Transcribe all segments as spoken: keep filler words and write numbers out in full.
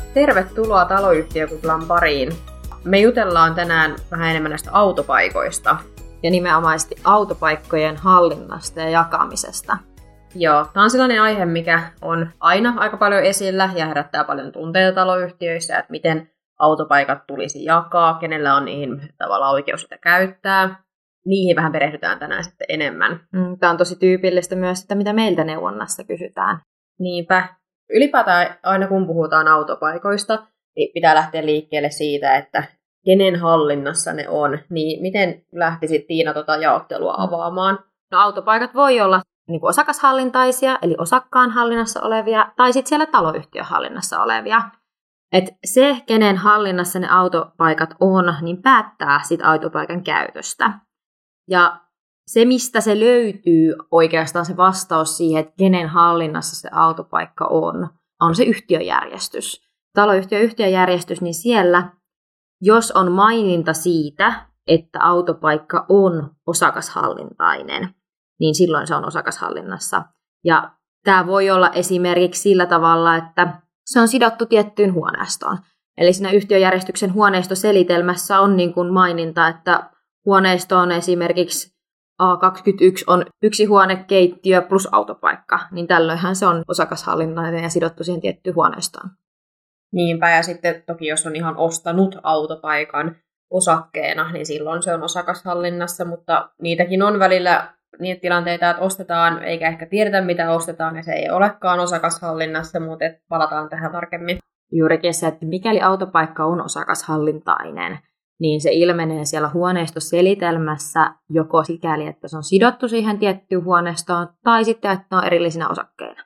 Tervetuloa Taloyhtiökuplan pariin. Me jutellaan tänään vähän enemmän näistä autopaikoista. Ja nimenomaisesti autopaikkojen hallinnasta ja jakamisesta. Joo, tämä on sellainen aihe, mikä on aina aika paljon esillä ja herättää paljon tunteita taloyhtiöissä, että miten autopaikat tulisi jakaa, kenellä on niihin tavallaan oikeus sitä käyttää. Niihin vähän perehdytään tänään sitten enemmän. Tämä on tosi tyypillistä myös, että mitä meiltä neuvonnassa kysytään. Niinpä. Ylipäätään aina kun puhutaan autopaikoista, niin pitää lähteä liikkeelle siitä, että kenen hallinnassa ne on. Niin miten lähtisit Tiina tota jaottelua avaamaan? No autopaikat voi olla niin kuin osakashallintaisia, eli osakkaan hallinnassa olevia, tai sitten siellä taloyhtiön hallinnassa olevia. Et se, kenen hallinnassa ne autopaikat on, niin päättää sit autopaikan käytöstä. Ja se, mistä se löytyy oikeastaan se vastaus siihen, että kenen hallinnassa se autopaikka on, on se yhtiöjärjestys. Taloyhtiön yhtiöjärjestys, niin siellä, jos on maininta siitä, että autopaikka on osakashallintainen, niin silloin se on osakashallinnassa. Ja tämä voi olla esimerkiksi sillä tavalla, että se on sidottu tiettyyn huoneistoon. Eli siinä yhtiöjärjestyksen huoneistoselitelmässä on niin kuin maininta, että huoneisto on esimerkiksi A kaksikymmentäyksi on yksi huone, keittiö plus autopaikka, niin tällöinhän se on osakashallintainen ja sidottu siihen tiettyyn huoneistoon. Niinpä, ja sitten toki jos on ihan ostanut autopaikan osakkeena, niin silloin se on osakashallinnassa, mutta niitäkin on välillä niitä tilanteita, että ostetaan eikä ehkä tiedetä mitä ostetaan, ja se ei olekaan osakashallinnassa, mutta palataan tähän tarkemmin. Juurikin se, että mikäli autopaikka on osakashallintainen, niin se ilmenee siellä huoneistoselitelmässä joko sikäli, että se on sidottu siihen tiettyyn huoneistoon, tai sitten, että on erillisinä osakkeina.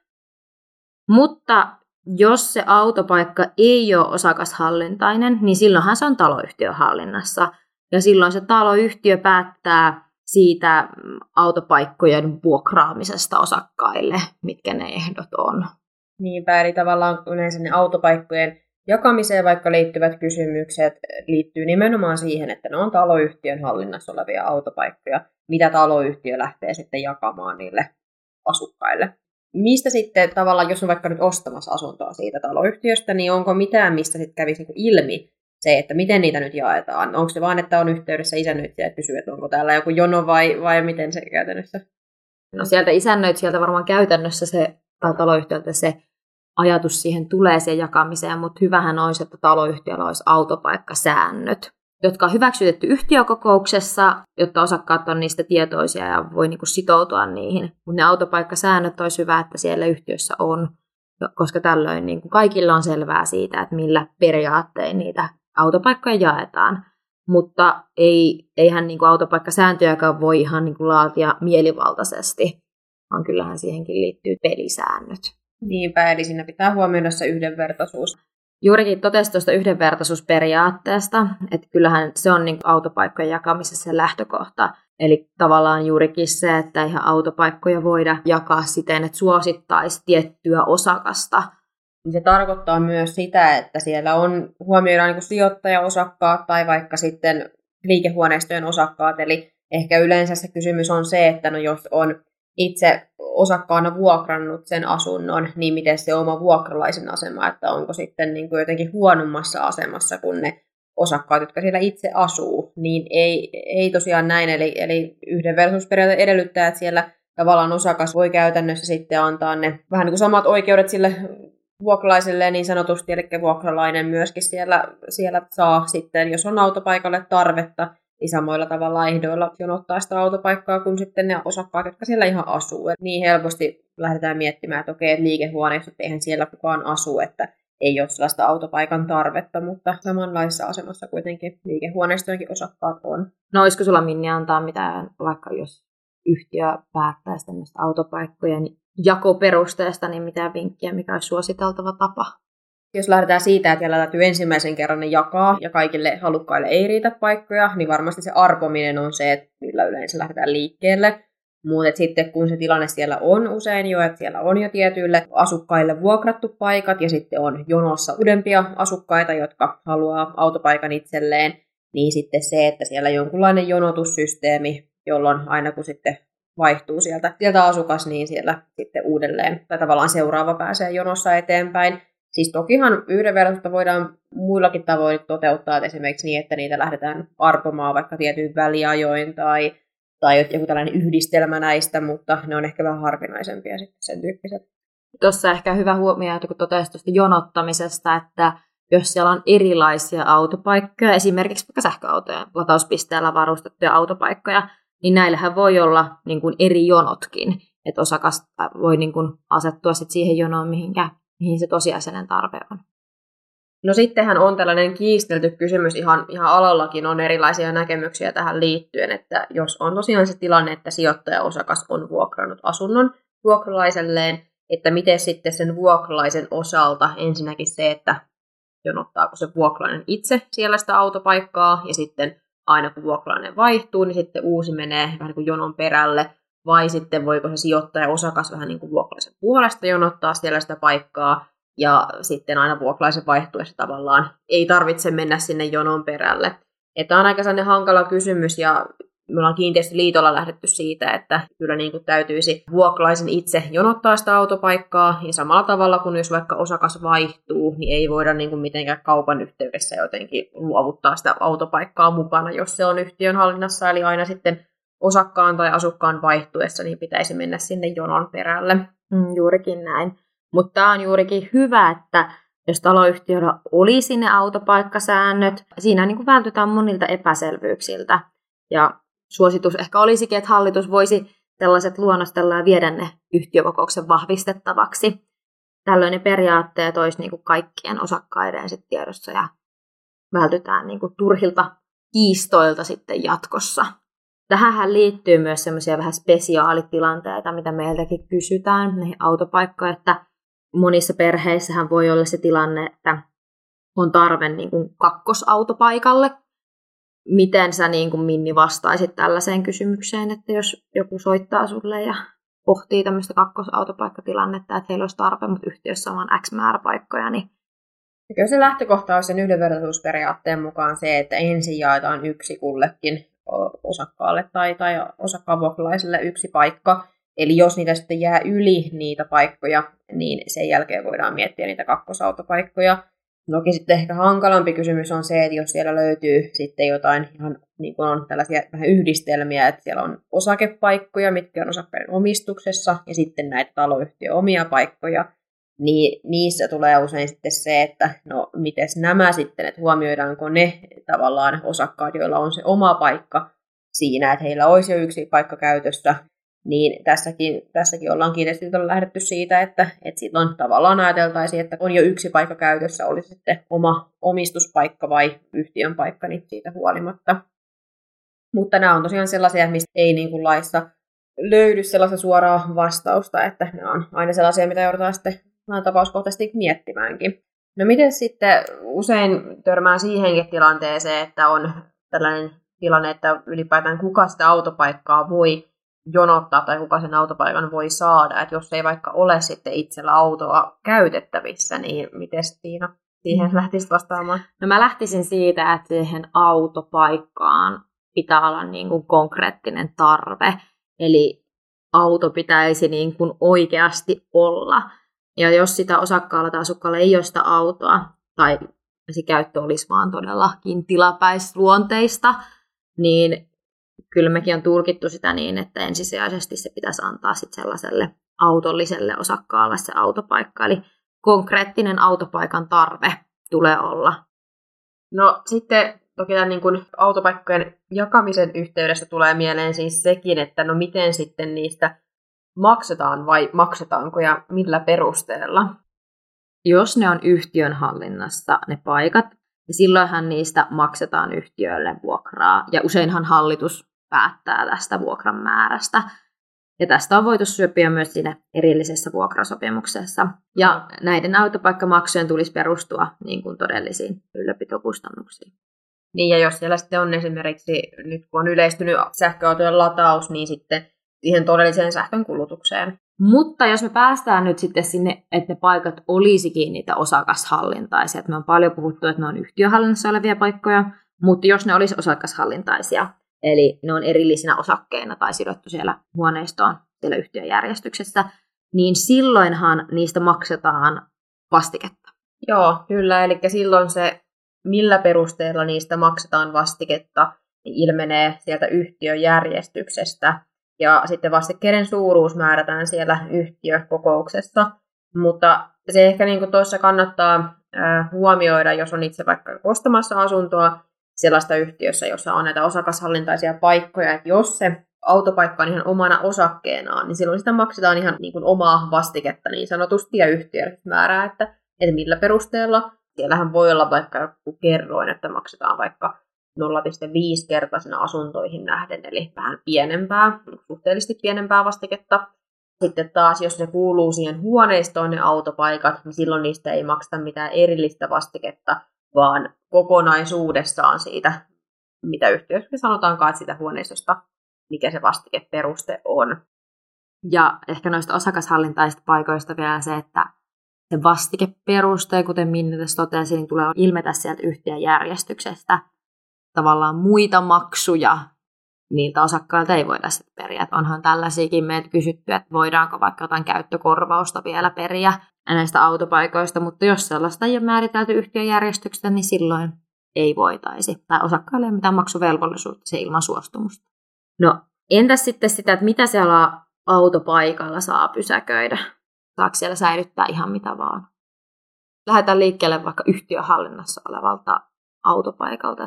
Mutta jos se autopaikka ei ole osakashallintainen, niin silloinhan se on taloyhtiön hallinnassa. Ja silloin se taloyhtiö päättää siitä autopaikkojen vuokraamisesta osakkaille, mitkä ne ehdot on. Niinpä, eli tavallaan yleensä ne autopaikkojen jakamiseen vaikka liittyvät kysymykset liittyy nimenomaan siihen, että ne on taloyhtiön hallinnassa olevia autopaikkoja, mitä taloyhtiö lähtee sitten jakamaan niille asukkaille. Mistä sitten tavallaan, jos on vaikka nyt ostamassa asuntoa siitä taloyhtiöstä, niin onko mitään, mistä sitten kävisi ilmi se, että miten niitä nyt jaetaan? Onko se vaan, että on yhteydessä isännöitsijä ja kysyy, että onko täällä joku jono vai, vai miten se käytännössä? No sieltä isännöitsijältä varmaan käytännössä se, tai taloyhtiöltä se ajatus siihen tulee siihen jakamiseen, mutta hyvähän olisi, että taloyhtiöllä olisi autopaikkasäännöt, jotka on hyväksytetty yhtiökokouksessa, jotta osakkaat on niistä tietoisia ja voi niinku sitoutua niihin. Mutta ne autopaikkasäännöt olisi hyvä, että siellä yhtiössä on, koska tällöin niinku kaikilla on selvää siitä, että millä periaattein niitä autopaikkoja jaetaan. Mutta ei, eihän niinku autopaikkasääntöjäkään voi ihan niinku laatia mielivaltaisesti, vaan kyllähän siihenkin liittyy pelisäännöt. Niinpä, eli siinä pitää huomioida se yhdenvertaisuus. Juurikin totesi tuosta yhdenvertaisuusperiaatteesta, että kyllähän se on niin autopaikkojen jakamisessa se lähtökohta. Eli tavallaan juurikin se, että ihan autopaikkoja voida jakaa siten, että suosittaisi tiettyä osakasta. Se tarkoittaa myös sitä, että siellä on huomioidaan niin kuin sijoittajaosakkaat tai vaikka sitten liikehuoneistojen osakkaat. Eli ehkä yleensä se kysymys on se, että no jos on itse osakkaana vuokrannut sen asunnon, niin miten se oma vuokralaisen asema, että onko sitten niin kuin jotenkin huonommassa asemassa kuin ne osakkaat, jotka siellä itse asuu, niin ei, ei tosiaan näin, eli, eli yhdenvertaisuusperiaate edellyttää, että siellä tavallaan osakas voi käytännössä sitten antaa ne vähän niin kuin samat oikeudet sille vuokralaiselle niin sanotusti, eli vuokralainen myöskin siellä, siellä saa sitten, jos on autopaikalle tarvetta, niin samoilla tavalla ehdoilla jonottaa sitä autopaikkaa kuin sitten ne osakkaat, jotka siellä ihan asuu. Et niin helposti lähdetään miettimään, että okei, että liikehuoneistot, eihän siellä kukaan asu, että ei ole sellaista autopaikan tarvetta, mutta samanlaisessa asemassa kuitenkin liikehuoneistojenkin osakkaat on. No olisiko sulla Minni antaa mitään, vaikka jos yhtiö päättäisi tämmöistä autopaikkojen jakoperusteesta, niin mitään vinkkiä, mikä olisi suositeltava tapa? Jos lähdetään siitä, että siellä täytyy ensimmäisen kerran ne jakaa ja kaikille halukkaille ei riitä paikkoja, niin varmasti se arpominen on se, että millä yleensä lähdetään liikkeelle. Mutta sitten kun se tilanne siellä on usein jo, että siellä on jo tietyille asukkaille vuokrattu paikat ja sitten on jonossa uudempia asukkaita, jotka haluaa autopaikan itselleen, niin sitten se, että siellä jonkunlainen jonotussysteemi, jolloin aina kun sitten vaihtuu sieltä, sieltä asukas, niin siellä sitten uudelleen, tai tavallaan seuraava pääsee jonossa eteenpäin. Siis tokihan yhdenvertaisuutta voidaan muillakin tavoin toteuttaa, että esimerkiksi niin, että niitä lähdetään arpomaan vaikka tietyin väliajoin tai, tai joku tällainen yhdistelmä näistä, mutta ne on ehkä vähän harvinaisempia sitten sen tyyppiset. Tuossa ehkä hyvä huomioida, kun totesit tuosta jonottamisesta, että jos siellä on erilaisia autopaikkoja, esimerkiksi vaikka sähköautojen latauspisteellä varustettuja autopaikkoja, niin näillähän voi olla niin kuin eri jonotkin, että osakas voi niin kuin asettua sit siihen jonoon, mihinkä, mihin se tosiasiallinen tarve on. No sittenhän on tällainen kiistelty kysymys, ihan, ihan alallakin on erilaisia näkemyksiä tähän liittyen, että jos on tosiaan se tilanne, että sijoittaja-osakas on vuokrannut asunnon vuokralaiselleen, että miten sitten sen vuokralaisen osalta ensinnäkin se, että jonottaako se vuokralainen itse siellä sitä autopaikkaa, ja sitten aina kun vuokralainen vaihtuu, niin sitten uusi menee vähän niin kuin jonon perälle, vai sitten voiko se sijoittaja-osakas vähän niin kuin vuokralaisen puolesta jonottaa siellä sitä paikkaa, ja sitten aina vuokralaisen vaihtuessa tavallaan ei tarvitse mennä sinne jonon perälle. Tämä on aika sellainen hankala kysymys, ja me ollaan Kiinteistöliitolla lähdetty siitä, että kyllä niin kuin täytyisi vuokralaisen itse jonottaa sitä autopaikkaa, ja samalla tavalla kuin jos vaikka osakas vaihtuu, niin ei voida niin kuin mitenkään kaupan yhteydessä jotenkin luovuttaa sitä autopaikkaa mukana, jos se on yhtiön hallinnassa, eli aina sitten osakkaan tai asukkaan vaihtuessa, niin pitäisi mennä sinne jonon perälle. Mm, juurikin näin. Mutta tämä on juurikin hyvä, että jos taloyhtiöllä olisi ne autopaikkasäännöt, siinä niin kuin vältytään monilta epäselvyyksiltä. Ja suositus ehkä olisikin, että hallitus voisi tällaiset luonnostella ja viedä ne yhtiökokouksen vahvistettavaksi. Tällöin ne periaatteet olisi niin kuin kaikkien osakkaiden sit tiedossa ja vältytään niin kuin turhilta kiistoilta sitten jatkossa. Tähän liittyy myös semmoisia vähän spesiaalitilanteita, mitä meiltäkin kysytään, näihin autopaikkoihin, että monissa perheissähän voi olla se tilanne, että on tarve niin kuin kakkosautopaikalle. Miten sä niin kuin Minni vastaisit tällaiseen kysymykseen, että jos joku soittaa sulle ja pohtii tämmöistä kakkosautopaikkatilanetta, että heillä olisi tarve, mutta yhtiössä on vain X määrä paikkoja, niin kyllä se lähtökohta on sen yhdenvertaisuusperiaatteen mukaan se, että ensin jaetaan yksi kullekin osakkaalle tai, tai osakkaan vuokralaiselle yksi paikka. Eli jos niitä sitten jää yli niitä paikkoja, niin sen jälkeen voidaan miettiä niitä kakkosautopaikkoja. Toki sitten ehkä hankalampi kysymys on se, että jos siellä löytyy sitten jotain ihan niin kuin on tällaisia vähän yhdistelmiä, että siellä on osakepaikkoja, mitkä on osakkaiden omistuksessa, ja sitten näitä taloyhtiön omia paikkoja, niin niissä tulee usein sitten se, että no mites nämä sitten, että huomioidaanko ne tavallaan osakkaat, joilla on se oma paikka siinä, että heillä olisi jo yksi paikka käytössä, niin tässäkin, tässäkin ollaan kiinteistöllä lähdetty siitä, että, että silloin tavallaan ajateltaisiin, että on jo yksi paikka käytössä, olisi sitten oma omistuspaikka vai yhtiön paikka, niin siitä huolimatta. Mutta nämä on tosiaan sellaisia, mistä ei niin kuin laissa löydy sellaista suoraa vastausta, että nämä on aina sellaisia, mitä joudutaan sitten vähän tapauskohtaisesti miettimäänkin. No miten sitten usein törmää siihenkin tilanteeseen, että on tällainen tilanne, että ylipäätään kuka sitä autopaikkaa voi jonottaa tai kuka sen autopaikan voi saada, että jos ei vaikka ole sitten itsellä autoa käytettävissä, niin miten Tiina siihen lähtisit vastaamaan? No mä lähtisin siitä, että siihen autopaikkaan pitää olla niin kuin konkreettinen tarve, eli auto pitäisi niin kuin oikeasti olla. Ja jos sitä osakkaalla tai asukkaalla ei ole sitä autoa, tai se käyttö olisi vaan todellakin tilapäisluonteista, niin kyllä mekin on tulkittu sitä niin, että ensisijaisesti se pitäisi antaa sit sellaiselle autolliselle osakkaalle se autopaikka. Eli konkreettinen autopaikan tarve tulee olla. No sitten toki tämän niin kuin autopaikkojen jakamisen yhteydessä tulee mieleen siis sekin, että no miten sitten niistä maksetaan vai maksetaanko ja millä perusteella? Jos ne on yhtiön hallinnassa ne paikat, niin silloinhan niistä maksetaan yhtiölle vuokraa. Ja useinhan hallitus päättää tästä vuokran määrästä. Ja tästä on voitu syöpiä myös siinä erillisessä vuokrasopimuksessa. Ja näiden autopaikkamaksujen tulisi perustua niin kuin todellisiin ylläpitokustannuksiin. Niin, ja jos siellä sitten on esimerkiksi, nyt kun on yleistynyt sähköautojen lataus, niin sitten siihen todelliseen sähkön kulutukseen. Mutta jos me päästään nyt sitten sinne, että ne paikat olisikin niitä osakashallintaisia, että me on paljon puhuttu, että ne on yhtiöhallinnassa olevia paikkoja, mutta jos ne olisi osakashallintaisia, eli ne on erillisinä osakkeina tai sidottu siellä huoneistoon siellä yhtiöjärjestyksessä, niin silloinhan niistä maksetaan vastiketta. Joo, kyllä. Eli silloin se, millä perusteella niistä maksetaan vastiketta, niin ilmenee sieltä yhtiön järjestyksestä. Ja sitten vastikkeiden suuruus määrätään siellä yhtiökokouksessa. Mutta se ehkä niin kuin tuossa kannattaa äh, huomioida, jos on itse vaikka ostamassa asuntoa sellaista yhtiössä, jossa on näitä osakashallintaisia paikkoja, että jos se autopaikka on ihan omana osakkeenaan, niin silloin sitä maksetaan ihan niin kuin omaa vastiketta niin sanotusti, ja yhtiö määrää, että, että millä perusteella. Siellähän voi olla vaikka joku kerroin, että maksetaan vaikka nolla pilkku viisi kertaisena asuntoihin nähden, eli vähän pienempää, suhteellisesti pienempää vastiketta. Sitten taas, jos ne kuuluu siihen huoneistoon ne autopaikat, niin silloin niistä ei makseta mitään erillistä vastiketta, vaan kokonaisuudessaan siitä, mitä yhtiössä sanotaankaan, että sitä huoneistosta, mikä se vastikeperuste on. Ja ehkä noista osakashallintaisista paikoista vielä se, että se vastikeperuste, kuten Minna tässä totesi, niin tulee ilmetä sieltä yhtiön järjestyksestä. Tavallaan muita maksuja niiltä osakkailta ei voida sitten periä. Että onhan tällaisiakin meiltä kysytty, että voidaanko vaikka jotain käyttökorvausta vielä periä näistä autopaikoista, mutta jos sellaista ei ole määritelty yhtiön järjestyksestä, niin silloin ei voitaisi. Tai osakkaille ei ole mitään maksuvelvollisuutta se ilman suostumusta. No entäs sitten sitä, että mitä siellä autopaikalla saa pysäköidä? Saako siellä säilyttää ihan mitä vaan? Lähdetään liikkeelle vaikka yhtiön hallinnassa olevalta autopaikalta.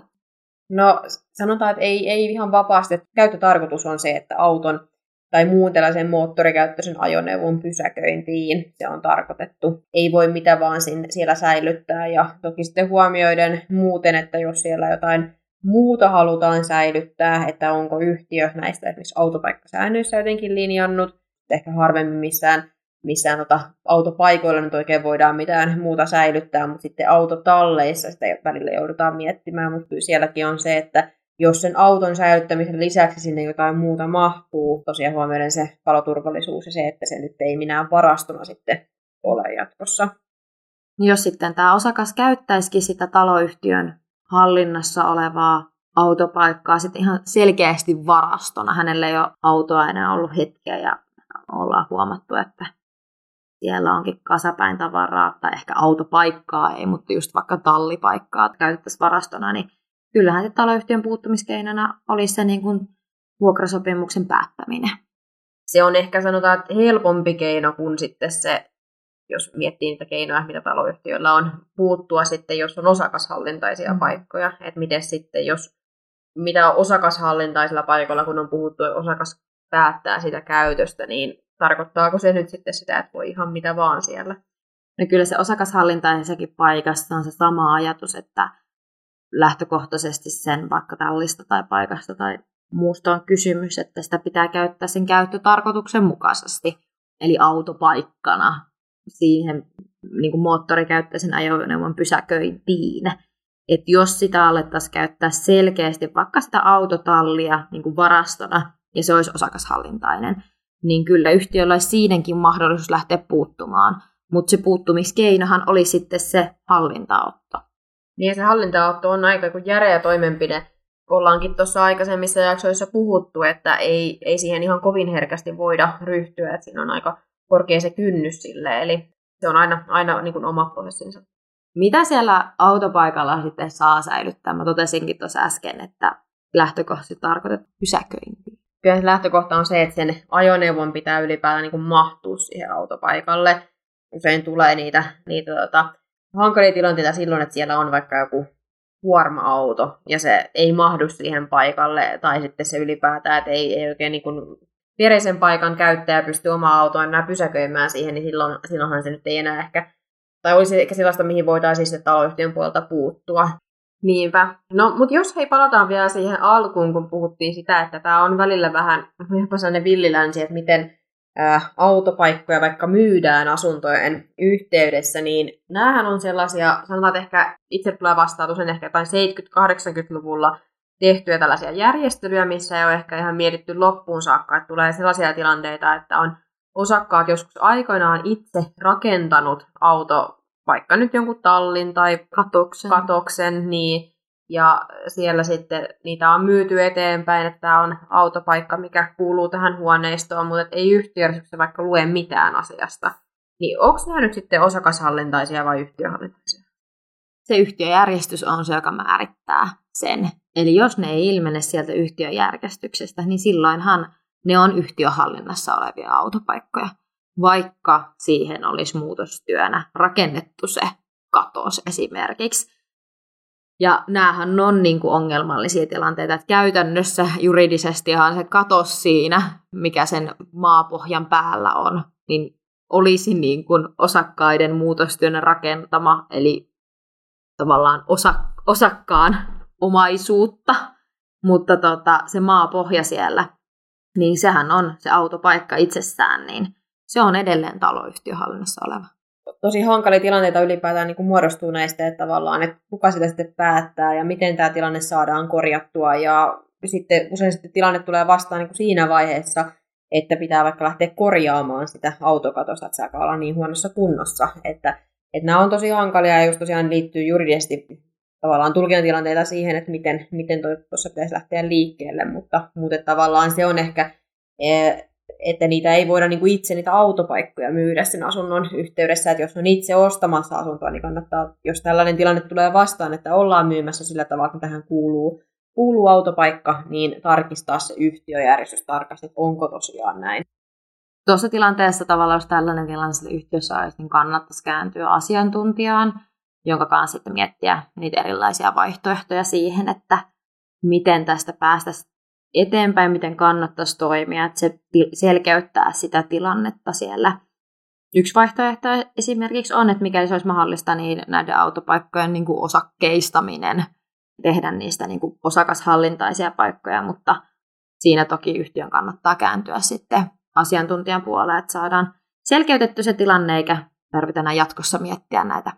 No sanotaan, että ei, ei ihan vapaasti. Käyttötarkoitus on se, että auton tai muun tällaisen moottorikäyttöisen ajoneuvon pysäköintiin se on tarkoitettu. Ei voi mitä vaan siellä säilyttää. Ja toki sitten huomioiden muuten, että jos siellä jotain muuta halutaan säilyttää, että onko yhtiö näistä esimerkiksi autopaikkasäännöissä jotenkin linjannut, ehkä harvemmin missään, missään tota autopaikoilla nyt oikein voidaan mitään muuta säilyttää, mutta sitten autotalleissa sitä välillä joudutaan miettimään, mutta kyllä sielläkin on se, että jos sen auton säilyttämisen lisäksi sinne jotain muuta mahtuu, tosiaan huomioiden se paloturvallisuus ja se, että se nyt ei minään varastona sitten ole jatkossa. Jos sitten tämä osakas käyttäisikin sitä taloyhtiön hallinnassa olevaa autopaikkaa sitten ihan selkeästi varastona. Hänellä ei ole autoa enää ollut hetkeä ja ollaan huomattu, että siellä onkin kasapäin tavaraa tai ehkä autopaikkaa ei, mutta just vaikka tallipaikkaa käytettäisiin varastona, niin kyllähän se taloyhtiön puuttumiskeinona olisi se niin kuin vuokrasopimuksen päättäminen. Se on ehkä sanotaan, että helpompi keino kuin sitten se, jos miettii niitä keinoja, mitä taloyhtiöillä on, puuttua sitten, jos on osakashallintaisia mm. paikkoja. Että miten sitten, jos mitä osakashallintaisilla paikoilla, kun on puhuttu, että osakas päättää sitä käytöstä, niin tarkoittaako se nyt sitten sitä, että voi ihan mitä vaan siellä? No kyllä se osakashallintaisessakin paikassa on se sama ajatus, että lähtökohtaisesti sen vaikka tallista tai paikasta tai muusta on kysymys, että sitä pitää käyttää sen käyttötarkoituksen mukaisesti, eli autopaikkana siihen niin kuin moottorikäyttöisen ajoneuvon pysäköintiin. Että jos sitä alettaisiin käyttää selkeästi vaikka sitä autotallia niin kuin varastona, ja se olisi osakashallintainen, niin kyllä yhtiöllä olisi siinäkin mahdollisuus lähteä puuttumaan. Mutta se puuttumiskeinohan oli sitten se hallintaotto. Niin se hallintaotto on aika kuin järeä toimenpide. Ollaankin tuossa aikaisemmissa jaksoissa puhuttu, että ei, ei siihen ihan kovin herkästi voida ryhtyä, että siinä on aika korkea se kynnys sille, eli se on aina, aina niin kuin oma prosessinsa. Mitä siellä autopaikalla sitten saa säilyttää? Mä totesinkin tuossa äsken, että lähtökohtaisesti tarkoitettu pysäköinti. Kyllä lähtökohta on se, että sen ajoneuvon pitää ylipäätään niin kuin mahtua siihen autopaikalle. Usein tulee niitä, niitä tota, hankalia tilanteita silloin, että siellä on vaikka joku kuorma-auto ja se ei mahdu siihen paikalle, tai sitten se ylipäätään, että ei, ei oikein niin kuin viereisen paikan käyttäjä pysty omaa autoa enää pysäköimään siihen, niin silloin, silloinhan se nyt ei enää ehkä, tai olisi ehkä sellaista, mihin voitaisiin sitten taloyhtiön puolelta puuttua. Niinpä. No, mutta jos hei palataan vielä siihen alkuun, kun puhuttiin sitä, että tämä on välillä vähän jopa sellainen villilänsi, että miten ää, autopaikkoja vaikka myydään asuntojen yhteydessä, niin näähän on sellaisia, sanotaan, että ehkä itse tulee vastaan usein ehkä jotain seitsemänkymmentä-kahdeksankymmentäluvulla tehtyjä tällaisia järjestelyjä, missä ei ole ehkä ihan mietitty loppuun saakka, että tulee sellaisia tilanteita, että on osakkaat joskus aikoinaan itse rakentanut auto, vaikka nyt jonkun tallin tai katoksen, katoksen niin, ja siellä sitten niitä on myyty eteenpäin, että tämä on autopaikka, mikä kuuluu tähän huoneistoon, mutta ei yhtiöjärjestyksessä vaikka lue mitään asiasta. Niin onko nämä nyt sitten osakashallintaisia vai yhtiöhallintaisia? Se yhtiöjärjestys on se, joka määrittää sen. Eli jos ne ei ilmene sieltä yhtiöjärjestyksestä, niin silloinhan ne on yhtiöhallinnassa olevia autopaikkoja, vaikka siihen olisi muutostyönä rakennettu se katos esimerkiksi. Ja näähän on niin kuin ongelmallisia tilanteita, että käytännössä juridisestihan se katos siinä, mikä sen maapohjan päällä on, niin olisi niin kuin osakkaiden muutostyönä rakentama, eli tavallaan osa, osakkaan omaisuutta, mutta tota, se maapohja siellä, niin sehän on se autopaikka itsessään, niin se on edelleen taloyhtiöhallinnassa oleva. Tosi hankalia tilanteita ylipäätään niin kuin muodostuu näistä, että tavallaan, että kuka sitä sitten päättää ja miten tämä tilanne saadaan korjattua. Ja sitten usein sitten tilanne tulee vastaan niin kuin siinä vaiheessa, että pitää vaikka lähteä korjaamaan sitä autokatosta, että se alkaa olla niin huonossa kunnossa. Että, että nämä on tosi hankalia ja just tosiaan liittyy juridisesti tavallaan tulkintatilanteita siihen, että miten, miten tuossa pitäisi lähteä liikkeelle, mutta, mutta tavallaan se on ehkä, että niitä ei voida niin kuin itse niitä autopaikkoja myydä sen asunnon yhteydessä, että jos on itse ostamassa asuntoa, niin kannattaa, jos tällainen tilanne tulee vastaan, että ollaan myymässä sillä tavalla, että tähän kuuluu, kuuluu autopaikka, niin tarkistaa se yhtiöjärjestys tarkasti, että onko tosiaan näin. Tuossa tilanteessa tavallaan, jos tällainen tilanne yhtiössä olisi, niin kannattaisi kääntyä asiantuntijaan, jonka kanssa sitten miettiä niitä erilaisia vaihtoehtoja siihen, että miten tästä päästäisiin eteenpäin, miten kannattaisi toimia, että se selkeyttää sitä tilannetta siellä. Yksi vaihtoehto esimerkiksi on, että mikäli se olisi mahdollista, niin näiden autopaikkojen niin kuin osakkeistaminen, tehdä niistä niin kuin osakashallintaisia paikkoja, mutta siinä toki yhtiön kannattaa kääntyä sitten asiantuntijan puolelle, että saadaan selkeytetty se tilanne, eikä tarvita enää jatkossa miettiä näitä,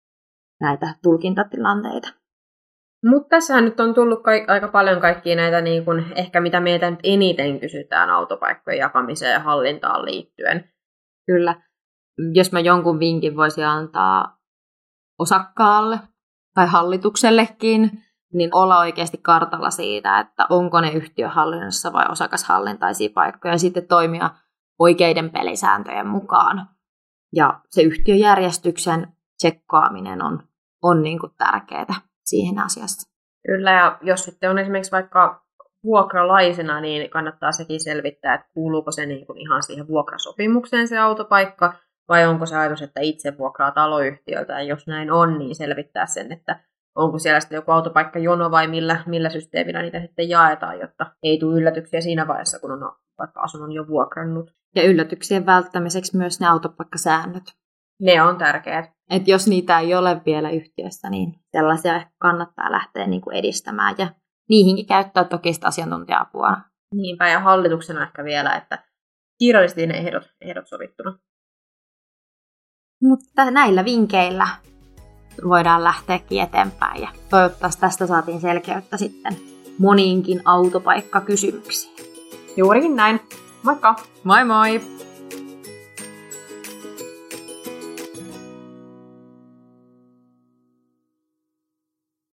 näitä tulkintatilanteita. Mutta tässähän nyt on tullut kaik- aika paljon kaikkia näitä, niin kun, ehkä mitä meitä nyt eniten kysytään autopaikkojen jakamiseen ja hallintaan liittyen. Kyllä. Jos mä jonkun vinkin voisin antaa osakkaalle tai hallituksellekin, niin olla oikeasti kartalla siitä, että onko ne yhtiöhallinnassa vai osakashallintaisia paikkoja, ja sitten toimia oikeiden pelisääntöjen mukaan. Ja se yhtiöjärjestyksen tsekkaaminen on, on niin kuin tärkeää siihen asiassa. Kyllä, ja jos sitten on esimerkiksi vaikka vuokralaisena, niin kannattaa sekin selvittää, että kuuluuko se niin kuin ihan siihen vuokrasopimukseen se autopaikka, vai onko se ajatus, että itse vuokraa taloyhtiöltä, ja jos näin on, niin selvittää sen, että onko siellä sitten joku autopaikkajono vai millä, millä systeemillä niitä sitten jaetaan, jotta ei tule yllätyksiä siinä vaiheessa, kun on vaikka asunnon jo vuokrannut. Ja yllätyksien välttämiseksi myös ne autopaikkasäännöt. Ne on tärkeät. Et jos niitä ei ole vielä yhtiössä, niin sellaisia kannattaa lähteä niin kuin edistämään ja niihinkin käyttää toki sitä asiantuntija-apua. Niinpä, ja hallituksena ehkä vielä, että kirjallisesti ne ehdot, ehdot sovittuna. Mutta näillä vinkeillä voidaan lähteäkin eteenpäin ja toivottavasti tästä saatiin selkeyttä sitten moniinkin autopaikkakysymyksiin. Juurikin näin. Moikka! Moi moi!